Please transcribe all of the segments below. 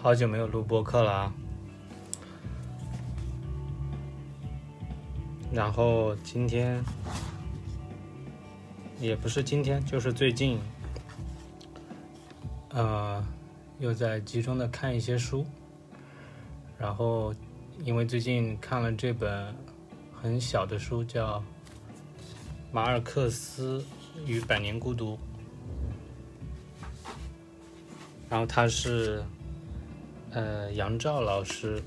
好久没有录播客了啊。然后今天，也不是今天，就是最近，又在集中的看一些书。然后，因为最近看了这本很小的书，叫《马尔克斯与百年孤独》，然后他是杨照老师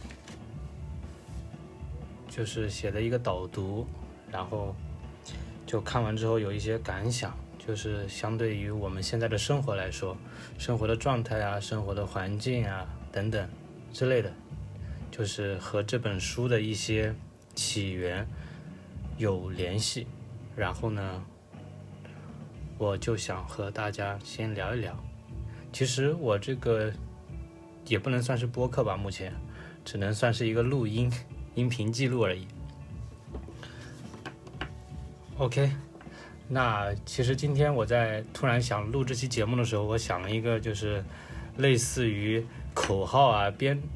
就是写的一个导读，然后就看完之后有一些感想，就是相对于我们现在的生活来说，生活的状态啊，生活的环境啊等等之类的，就是和这本书的一些起源有联系。然后呢，我就想和大家先聊一聊。其实我这个也不能算是播客吧，目前只能算是一个录音音频记录而已。OK， 那其实今天我在突然想录这期节目的时候，我想了一个就是类似于口号啊、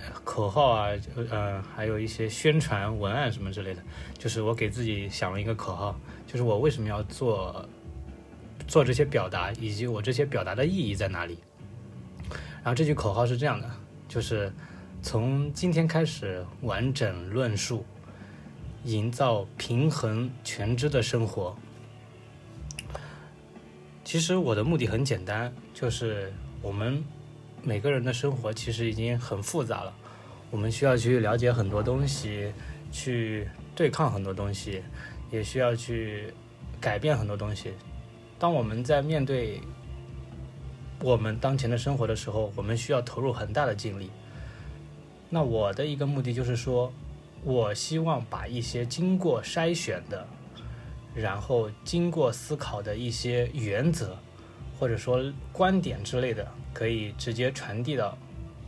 还有一些宣传文案什么之类的。就是我给自己想了一个口号，就是我为什么要做这些表达，以及我这些表达的意义在哪里。然后这句口号是这样的，就是从今天开始完整论述，营造平衡全知的生活。其实我的目的很简单，就是我们每个人的生活其实已经很复杂了，我们需要去了解很多东西，去对抗很多东西，也需要去改变很多东西。当我们在面对我们当前的生活的时候，我们需要投入很大的精力。那我的一个目的就是说，我希望把一些经过筛选的，然后经过思考的一些原则或者说观点之类的，可以直接传递到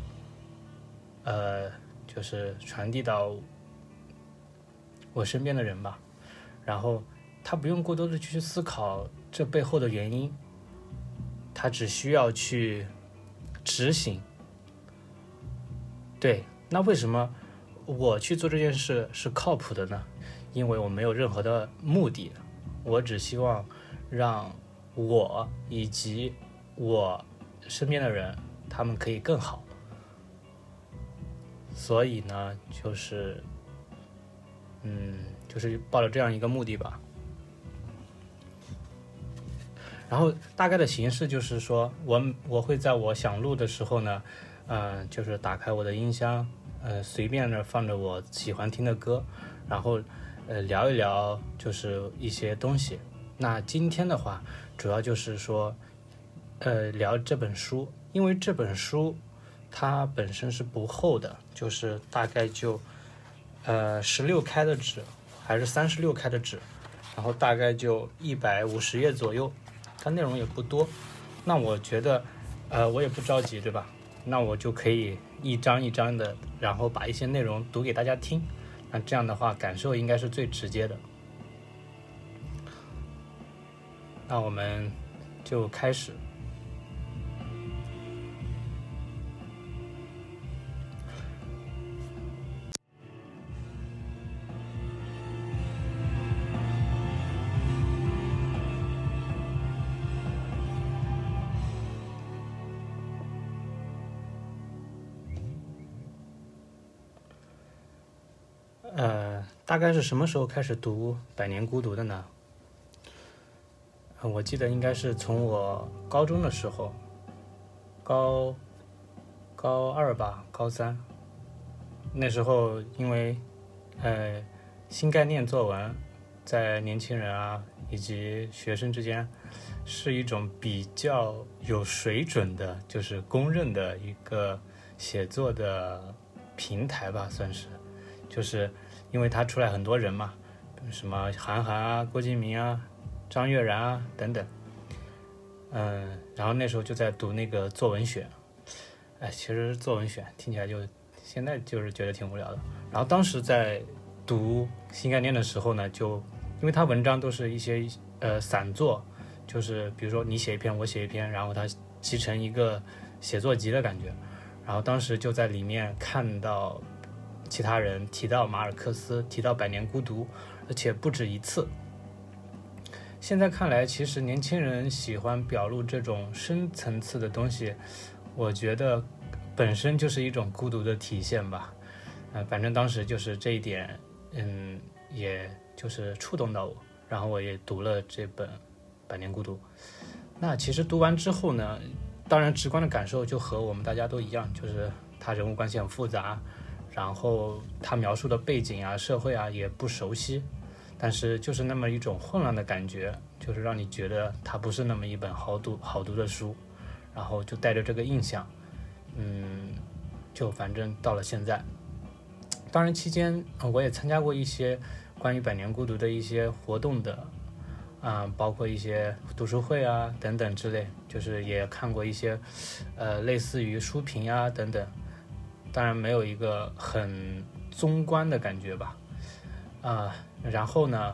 就是传递到我身边的人吧。然后他不用过多的去思考这背后的原因，他只需要去执行。对，那为什么我去做这件事是靠谱的呢？因为我没有任何的目的，我只希望让我以及我身边的人他们可以更好。所以呢，就是抱着这样一个目的吧。然后大概的形式就是说，我会在我想录的时候呢，就是打开我的音箱，随便的放着我喜欢听的歌，然后聊一聊就是一些东西。那今天的话，主要就是说，聊这本书，因为这本书它本身是不厚的，就是大概就16开的纸还是36开的纸，然后大概就150页左右。它内容也不多，那我觉得我也不着急，对吧？那我就可以一张一张的，然后把一些内容读给大家听，那这样的话感受应该是最直接的。那我们就开始。大概是什么时候开始读《百年孤独》的呢？我记得应该是从我高中的时候，高2吧，高3。那时候因为新概念作文在年轻人啊以及学生之间是一种比较有水准的，就是公认的一个写作的平台吧，算是。就是因为他出来很多人嘛，什么韩寒啊、郭敬明啊、张悦然啊等等，然后那时候就在读那个作文选，其实作文选听起来就现在就是觉得挺无聊的。然后当时在读新概念的时候呢，就因为他文章都是一些散作，就是比如说你写一篇我写一篇，然后它集成一个写作集的感觉。 然后当时就在里面看到其他人提到马尔克斯，提到《百年孤独》，而且不止一次。现在看来，其实年轻人喜欢表露这种深层次的东西，我觉得本身就是一种孤独的体现吧。反正当时就是这一点，也就是触动到我，然后我也读了这本《百年孤独》。那其实读完之后呢，当然直观的感受就和我们大家都一样，就是他人物关系很复杂，然后他描述的背景啊、社会啊也不熟悉，但是就是那么一种混乱的感觉，就是让你觉得它不是那么一本好读的书，然后就带着这个印象，就反正到了现在。当然期间我也参加过一些关于《百年孤独》的一些活动的，包括一些读书会啊等等之类，就是也看过一些类似于书评啊等等，当然没有一个很综观的感觉吧。然后呢，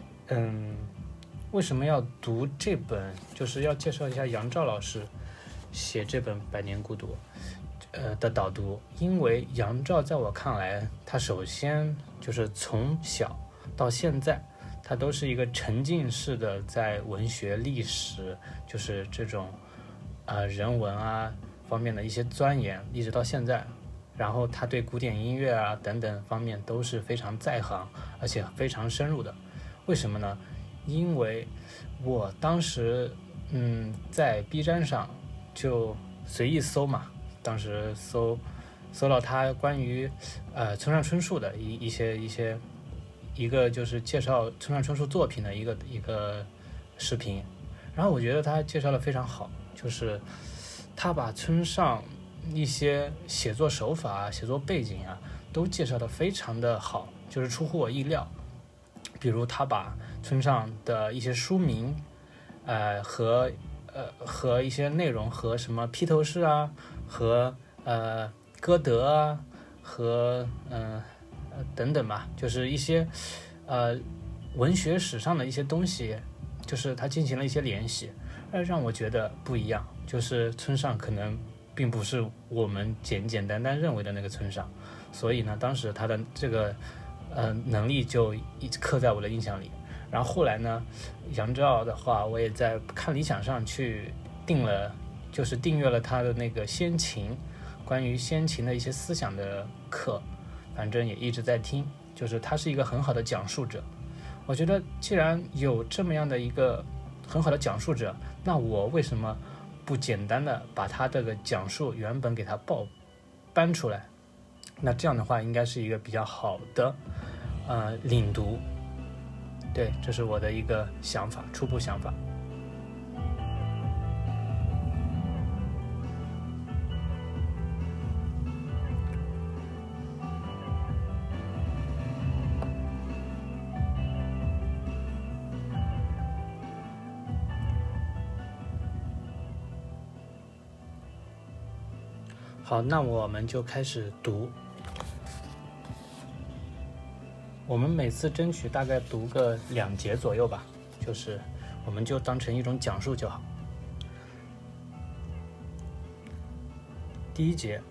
为什么要读这本？就是要介绍一下杨照老师写这本《百年孤独》的导读。因为杨照在我看来，他首先就是从小到现在，他都是一个沉浸式的在文学、历史，就是这种人文啊方面的一些钻研，一直到现在。然后他对古典音乐啊等等方面都是非常在行，而且非常深入的。为什么呢？因为我当时在 B 站上就随意搜嘛，当时搜到他关于村上春树的一个就是介绍村上春树作品的一个视频，然后我觉得他介绍的非常好，就是他把村上一些写作手法啊、写作背景啊都介绍的非常的好，就是出乎我意料。比如他把村上的一些书名和一些内容和什么披头士啊和歌德啊和等等吧，就是一些文学史上的一些东西，就是他进行了一些联系，让我觉得不一样。就是村上可能并不是我们简简单单认为的那个村上，所以呢，当时他的这个能力就一直刻在我的印象里。然后后来呢，杨照的话，我也在看理想上去订阅了他的那个先秦，关于先秦的一些思想的课，反正也一直在听。就是他是一个很好的讲述者，我觉得既然有这么样的一个很好的讲述者，那我为什么不简单的把他这个讲述原本给他搬出来？那这样的话应该是一个比较好的领读。对，这是我的一个想法，初步想法。好，那我们就开始读。我们每次争取大概读个2节左右吧，就是我们就当成一种讲述就好。第1节，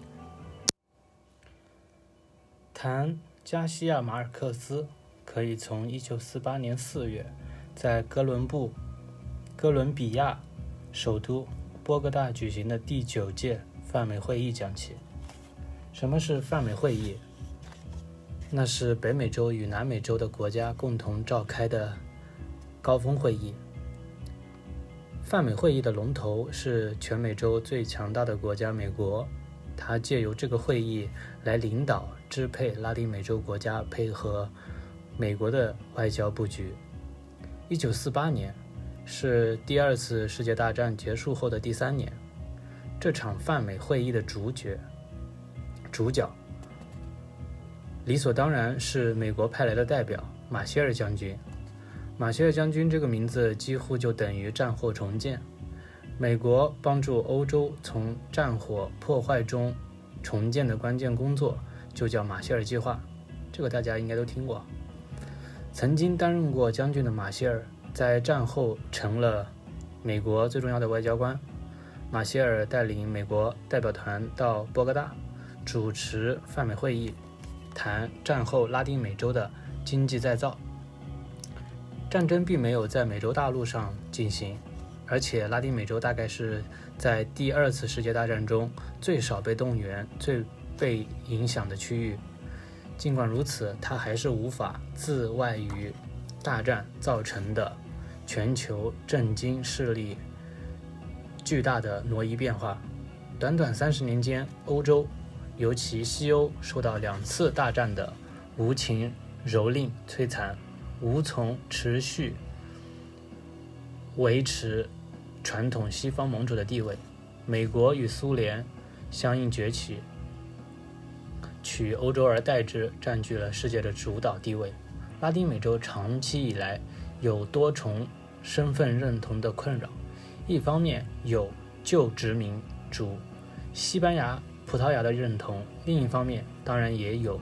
谈加西亚·马尔克斯，可以从1948年4月在哥伦比亚首都波哥大举行的第9届泛美会议讲起。什么是泛美会议？那是北美洲与南美洲的国家共同召开的高峰会议。泛美会议的龙头是全美洲最强大的国家美国，它借由这个会议来领导支配拉丁美洲国家配合美国的外交布局。1948年是第2次世界大战结束后的第3年，这场泛美会议的主角理所当然是美国派来的代表马歇尔将军。马歇尔将军这个名字几乎就等于战后重建，美国帮助欧洲从战火破坏中重建的关键工作就叫马歇尔计划，这个大家应该都听过。曾经担任过将军的马歇尔在战后成了美国最重要的外交官。 马歇尔带领美国代表团到波哥大主持泛美会议，谈战后拉丁美洲的经济再造。战争并没有在美洲大陆上进行，而且拉丁美洲大概是在第二次世界大战中最少被动员、最被影响的区域。尽管如此，它还是无法自外于大战造成的全球政经势力巨大的挪移变化。短短30年间，欧洲，尤其西欧，受到2次大战的无情蹂躏摧残，无从持续维持传统西方盟主的地位。美国与苏联相应崛起，取欧洲而代之，占据了世界的主导地位。拉丁美洲长期以来有多重身份认同的困扰，一方面有旧殖民主西班牙、葡萄牙的认同，另一方面当然也有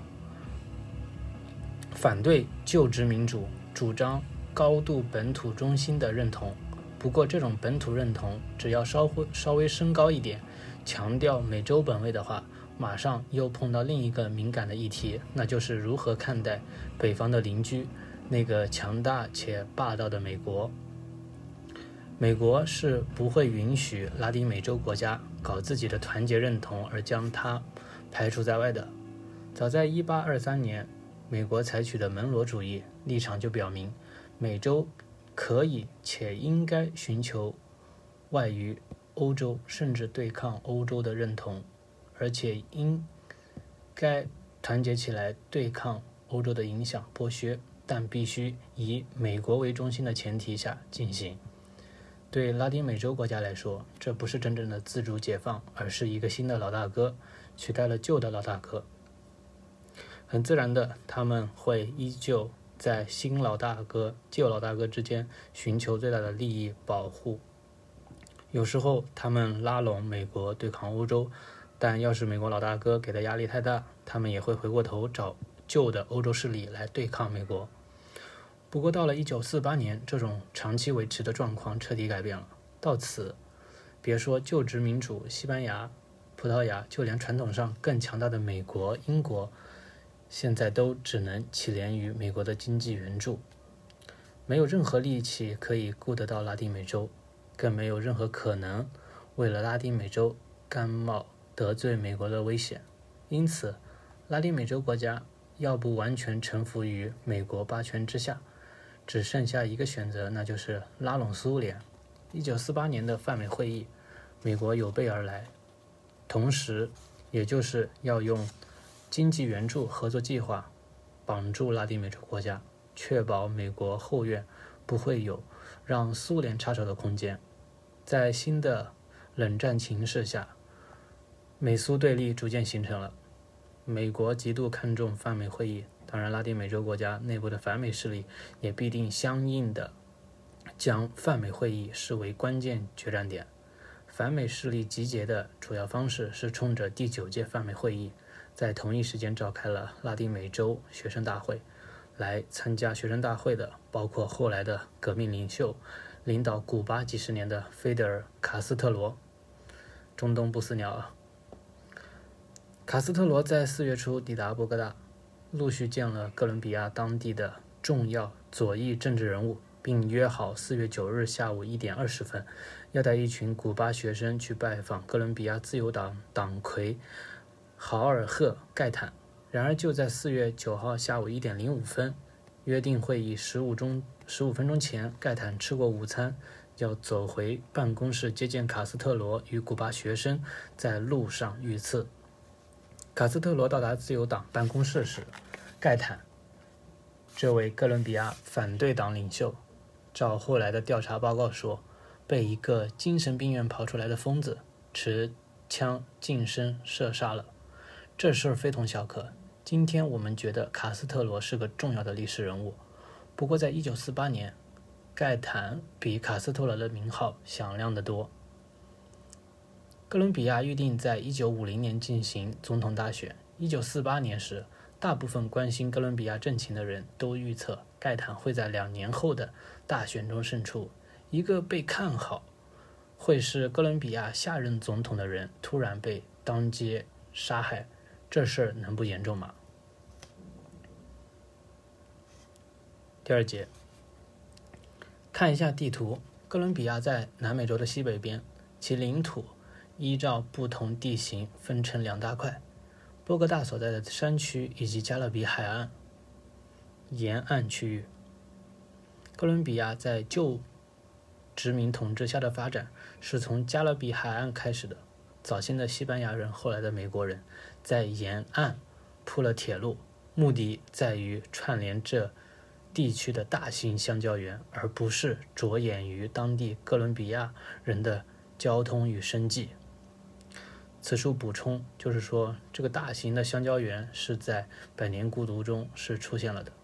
反对旧殖民主主张高度本土中心的认同。不过这种本土认同只要稍微升高一点，强调美洲本位的话，马上又碰到另一个敏感的议题，那就是如何看待北方的邻居，那个强大且霸道的美国。美国是不会允许拉丁美洲国家搞自己的团结认同而将它排除在外的。早在1823年，美国采取的门罗主义立场就表明，美洲可以且应该寻求外于欧洲，甚至对抗欧洲的认同，而且应该团结起来对抗欧洲的影响剥削，但必须以美国为中心的前提下进行。对拉丁美洲国家来说，这不是真正的自主解放，而是一个新的老大哥取代了旧的老大哥。很自然的，他们会依旧在新老大哥、旧老大哥之间寻求最大的利益保护。有时候他们拉拢美国对抗欧洲，但要是美国老大哥给的压力太大，他们也会回过头找旧的欧洲势力来对抗美国。不过到了1948年，这种长期维持的状况彻底改变了。到此，别说旧殖民主西班牙、葡萄牙，就连传统上更强大的美国、英国，现在都只能起连于美国的经济援助，没有任何力气可以顾得到拉丁美洲，更没有任何可能为了拉丁美洲甘冒得罪美国的危险。因此，拉丁美洲国家要不完全臣服于美国霸权之下，只剩下一个选择，那就是拉拢苏联。1948年的泛美会议，美国有备而来，同时也就是要用经济援助合作计划绑住拉丁美洲国家，确保美国后院不会有让苏联插手的空间。在新的冷战情势下，美苏对立逐渐形成了。美国极度看重泛美会议，当然拉丁美洲国家内部的反美势力也必定相应的将泛美会议视为关键决战点。反美势力集结的主要方式是冲着第9届泛美会议，在同一时间召开了拉丁美洲学生大会。来参加学生大会的包括后来的革命领袖，领导古巴几十年的菲德尔·卡斯特罗。中东不死鸟啊！卡斯特罗在4月初抵达波哥大，陆续见了哥伦比亚当地的重要左翼政治人物，并约好4月9日下午1点20分，要带一群古巴学生去拜访哥伦比亚自由党党魁豪尔赫·盖坦。然而就在4月9号下午1点05分，约定会议15分钟前，盖坦吃过午餐，要走回办公室接见卡斯特罗与古巴学生，在路上遇刺。卡斯特罗到达自由党办公室时，盖坦这位哥伦比亚反对党领袖，照后来的调查报告说，被一个精神病院跑出来的疯子持枪近身射杀了。这事儿非同小可。今天我们觉得卡斯特罗是个重要的历史人物，不过在1948年，盖坦比卡斯特罗的名号响亮得多。哥伦比亚预定在1950年进行总统大选。1948年时，大部分关心哥伦比亚政情的人都预测盖坦会在2年后的大选中胜出。一个被看好会是哥伦比亚下任总统的人突然被当街杀害，这事儿能不严重吗？第2节，看一下地图，哥伦比亚在南美洲的西北边，其领土依照不同地形分成2大块，波哥大所在的山区以及加勒比海岸沿岸区域。哥伦比亚在旧殖民统治下的发展是从加勒比海岸开始的，早先的西班牙人，后来的美国人在沿岸铺了铁路，目的在于串联这地区的大型香蕉园，而不是着眼于当地哥伦比亚人的交通与生计。此处补充，就是说这个大型的香蕉园是在《百年孤独》中是出现了的。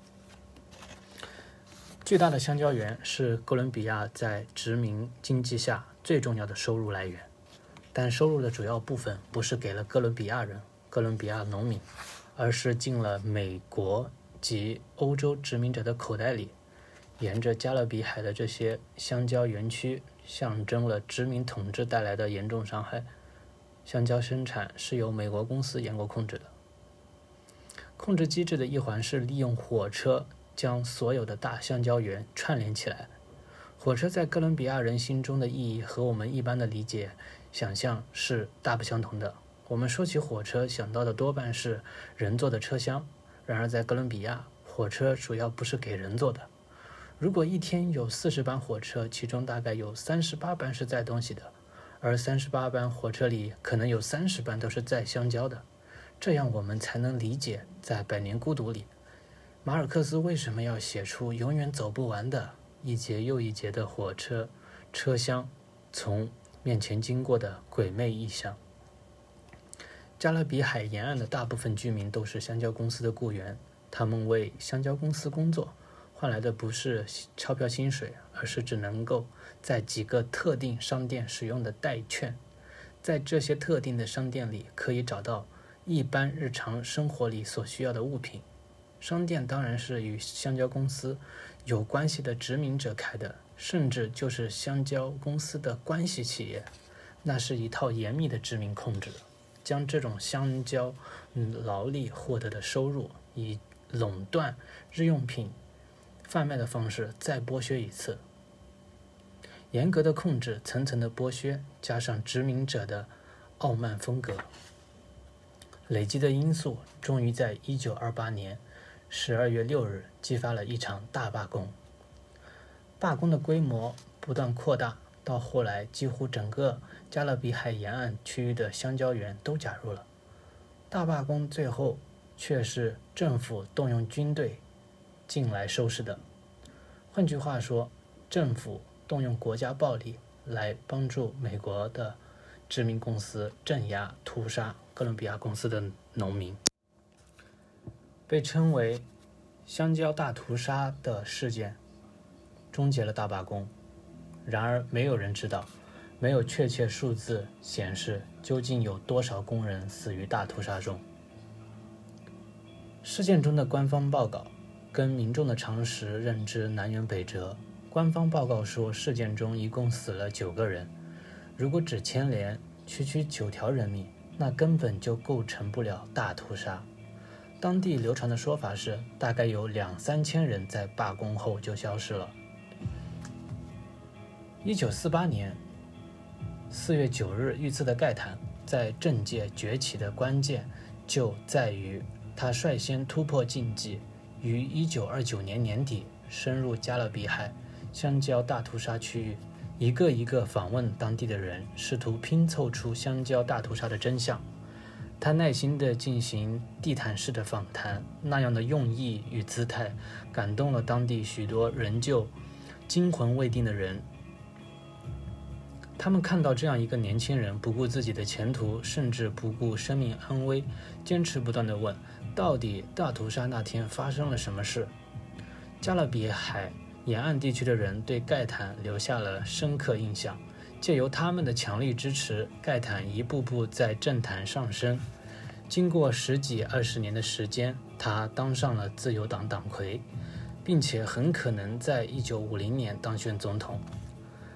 巨大的香蕉园是哥伦比亚在殖民经济下最重要的收入来源，但收入的主要部分不是给了哥伦比亚人、哥伦比亚农民，而是进了美国及欧洲殖民者的口袋里。沿着加勒比海的这些香蕉园区象征了殖民统治带来的严重伤害。香蕉生产是由美国公司严格控制的。控制机制的一环是利用火车将所有的大香蕉园串联起来。火车在哥伦比亚人心中的意义和我们一般的理解想象是大不相同的。我们说起火车想到的多半是人坐的车厢，然而在哥伦比亚，火车主要不是给人坐的。如果一天有40班火车，其中大概有38班是载东西的，而38班火车里可能有30班都是载香蕉的。这样我们才能理解在《百年孤独》里，马尔克斯为什么要写出永远走不完的一节又一节的火车车厢从面前经过的鬼魅意象。加勒比海沿岸的大部分居民都是香蕉公司的雇员，他们为香蕉公司工作，换来的不是钞票薪水，而是只能够在几个特定商店使用的代券。在这些特定的商店里可以找到一般日常生活里所需要的物品。商店当然是与香蕉公司有关系的殖民者开的，甚至就是香蕉公司的关系企业。那是一套严密的殖民控制，将这种香蕉劳力获得的收入以垄断日用品贩卖的方式再剥削一次。严格的控制，层层的剥削，加上殖民者的傲慢风格，累积的因素终于在1928年12月6日激发了一场大罢工。罢工的规模不断扩大，到后来几乎整个加勒比海沿岸区域的香蕉园都加入了。大罢工最后却是政府动用军队进来收拾的。换句话说，政府动用国家暴力来帮助美国的殖民公司镇压屠杀哥伦比亚公司的农民。被称为香蕉大屠杀的事件终结了大罢工，然而没有人知道，没有确切数字显示究竟有多少工人死于大屠杀中。事件中的官方报告跟民众的常识认知南辕北辙。官方报告说事件中一共死了9个人，如果只牵连区9条人命，那根本就构成不了大屠杀。当地流传的说法是，大概有2-3千人在罢工后就消失了。1948年4月9日遇刺的盖坦在政界崛起的关键就在于他率先突破禁忌，于1929年年底深入加勒比海香蕉大屠杀区域，一个一个访问当地的人，试图拼凑出香蕉大屠杀的真相。他耐心地进行地毯式的访谈，那样的用意与姿态感动了当地许多仍旧惊魂未定的人。他们看到这样一个年轻人不顾自己的前途，甚至不顾生命安危，坚持不断地问，到底大屠杀那天发生了什么事？加勒比海沿岸地区的人对盖坦留下了深刻印象，借由他们的强力支持，盖坦一步步在政坛上升。经过10几20年的时间，他当上了自由党党魁，并且很可能在1950年当选总统。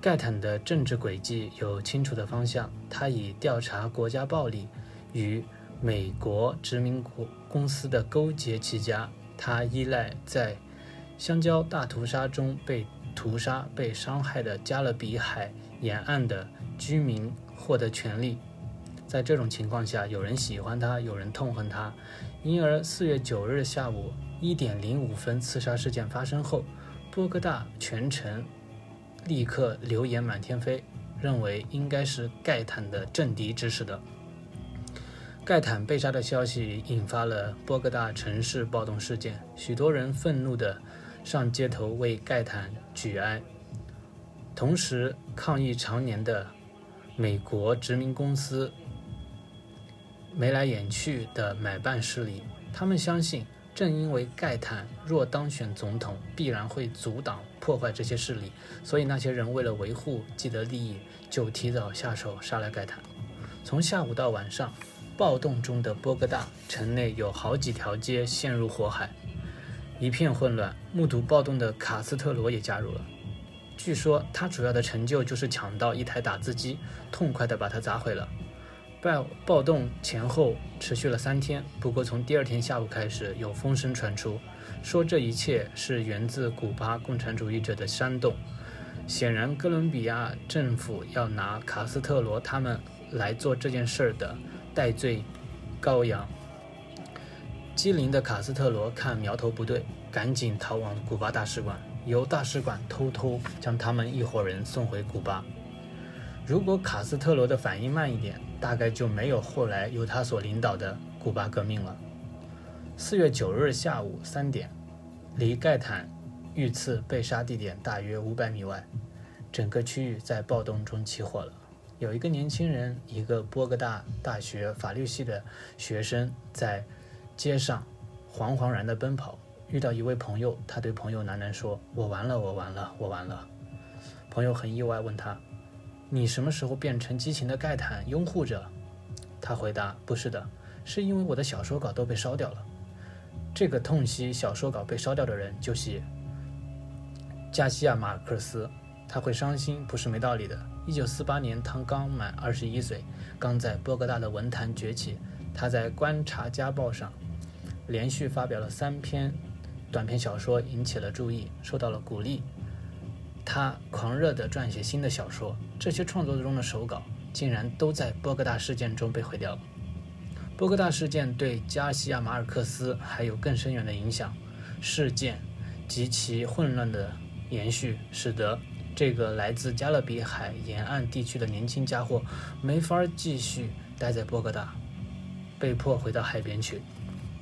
盖坦的政治轨迹有清楚的方向，他以调查国家暴力与美国殖民公司的勾结起家。他依赖在香蕉大屠杀中被屠杀、被伤害的加勒比海沿岸的居民获得权利。在这种情况下，有人喜欢他，有人痛恨他，因而4月9日下午1点05分刺杀事件发生后，波哥大全城立刻流言满天飞，认为应该是盖坦的政敌指使的。盖坦被杀的消息引发了波哥大城市暴动事件，许多人愤怒地上街头为盖坦举哀。同时，抗议常年的美国殖民公司眉来眼去的买办势力，他们相信正因为盖坦若当选总统，必然会阻挡破坏这些势力，所以那些人为了维护既得利益，就提早下手杀了盖坦。从下午到晚上，暴动中的波哥大城内有好几条街陷入火海，一片混乱。目睹暴动的卡斯特罗也加入了。据说他主要的成就就是抢到一台打字机，痛快地把它砸毁了。暴动前后持续了3天，不过从第2天下午开始，有风声传出，说这一切是源自古巴共产主义者的煽动。显然，哥伦比亚政府要拿卡斯特罗他们来做这件事的代罪羔羊。机灵的卡斯特罗看苗头不对，赶紧逃往古巴大使馆，由大使馆偷偷将他们一伙人送回古巴。如果卡斯特罗的反应慢一点，大概就没有后来由他所领导的古巴革命了。4月9日下午3点，离盖坦遇刺被杀地点大约500米外，整个区域在暴动中起火了。有一个年轻人，一个波哥大大学法律系的学生，在街上惶惶然地奔跑，遇到一位朋友，他对朋友喃喃说：“我完了，我完了，我完了。”朋友很意外，问他：“你什么时候变成激情的盖坦拥护者？”他回答：“不是的，是因为我的小说稿都被烧掉了。”这个痛惜小说稿被烧掉的人就是加西亚马尔克斯。他会伤心不是没道理的。1948年，他刚满21岁，刚在波哥大的文坛崛起。他在《观察家报》上连续发表了3篇短篇小说，引起了注意，受到了鼓励。他狂热地撰写新的小说，这些创作中的手稿竟然都在波哥大事件中被毁掉了。波哥大事件对加西亚马尔克斯还有更深远的影响。事件及其混乱的延续，使得这个来自加勒比海沿岸地区的年轻家伙没法继续待在波哥大，被迫回到海边去。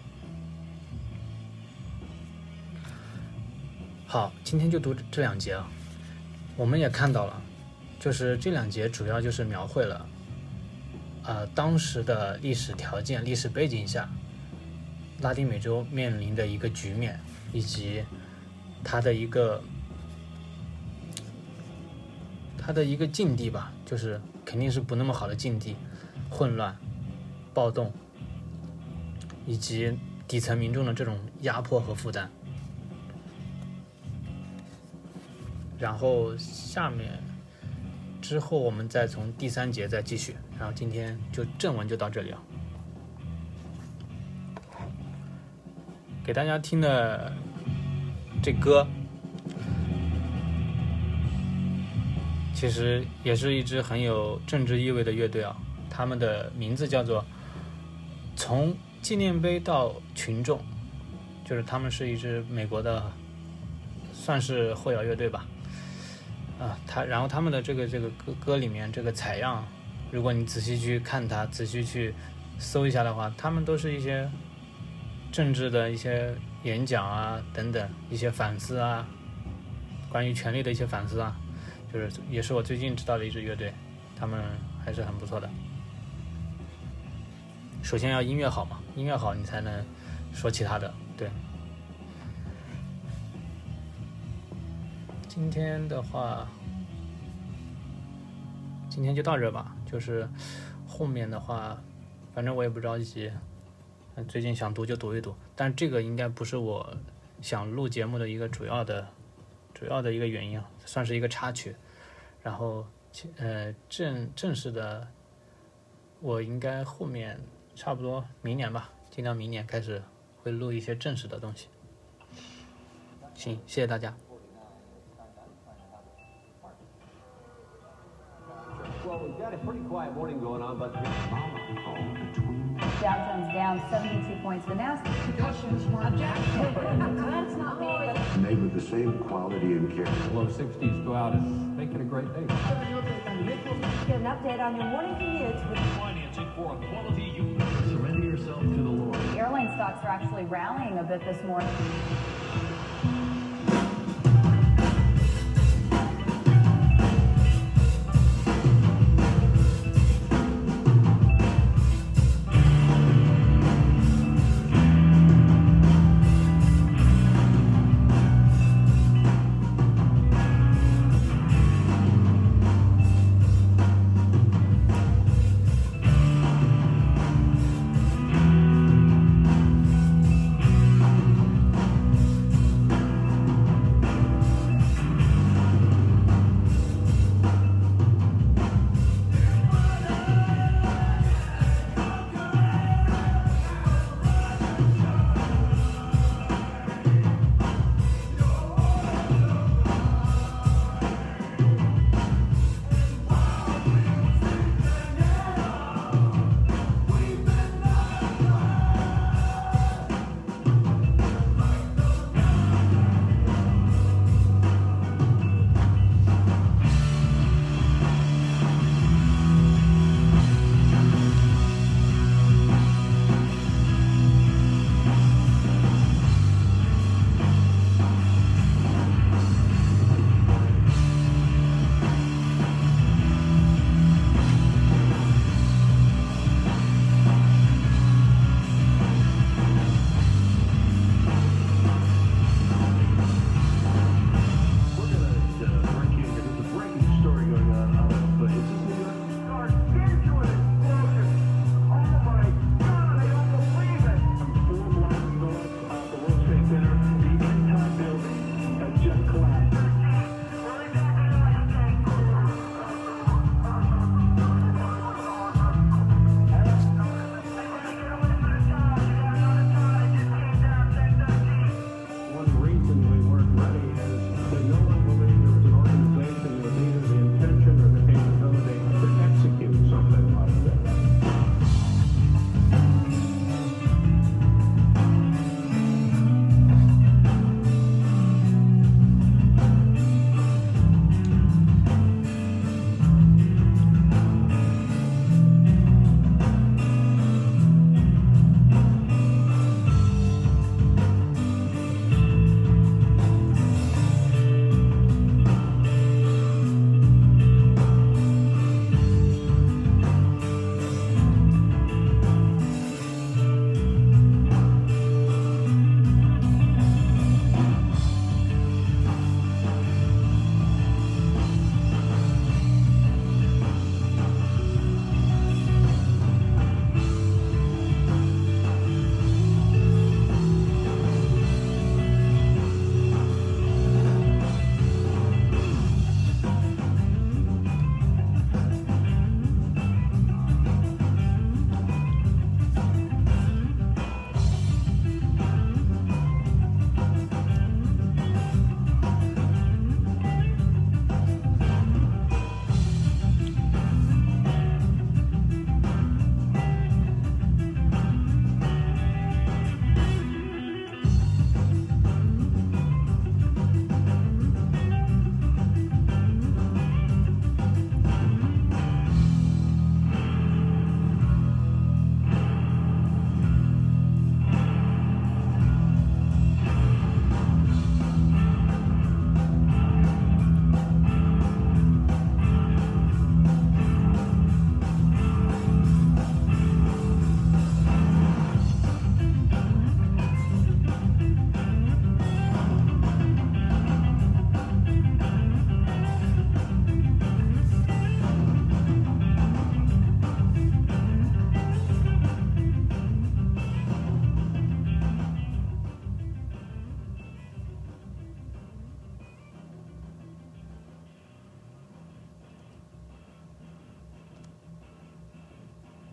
好，今天就读这2节啊。我们也看到了，就是这2节主要就是描绘了当时的历史条件、历史背景下拉丁美洲面临的一个局面，以及它的一个境地吧，就是肯定是不那么好的境地，混乱、暴动，以及底层民众的这种压迫和负担。然后下面之后我们再从第3节再继续，然后今天就正文就到这里了。给大家听的这歌其实也是一支很有政治意味的乐队啊，他们的名字叫做从纪念碑到群众，就是他们是一支美国的算是后摇乐队吧。然后他们的这个歌里面这个采样，如果你仔细去看它，仔细去搜一下的话，他们都是一些政治的一些演讲啊等等，一些反思啊，关于权力的一些反思啊，就是也是我最近知道的一支乐队，他们还是很不错的。首先要音乐好嘛，音乐好你才能说其他的。对，今天的话，今天就到这吧。就是后面的话，反正我也不着急，最近想读就读一读。但这个应该不是我想录节目的一个主要的一个原因啊，算是一个插曲。 然后正式的，我应该后面差不多明年吧，尽量明年开始会录一些正式的东西。行，谢谢大家。 Well, we've got a pretty quiet morning going on, but Dow Jones down 72 points. The Nasdaq. That's not me. Made with the same quality and care. low 60s go out and make it a great day. Get an update on your morning commute with Financing for a quality you surrender yourself to the Lord. airline stocks are actually rallying a bit this morning.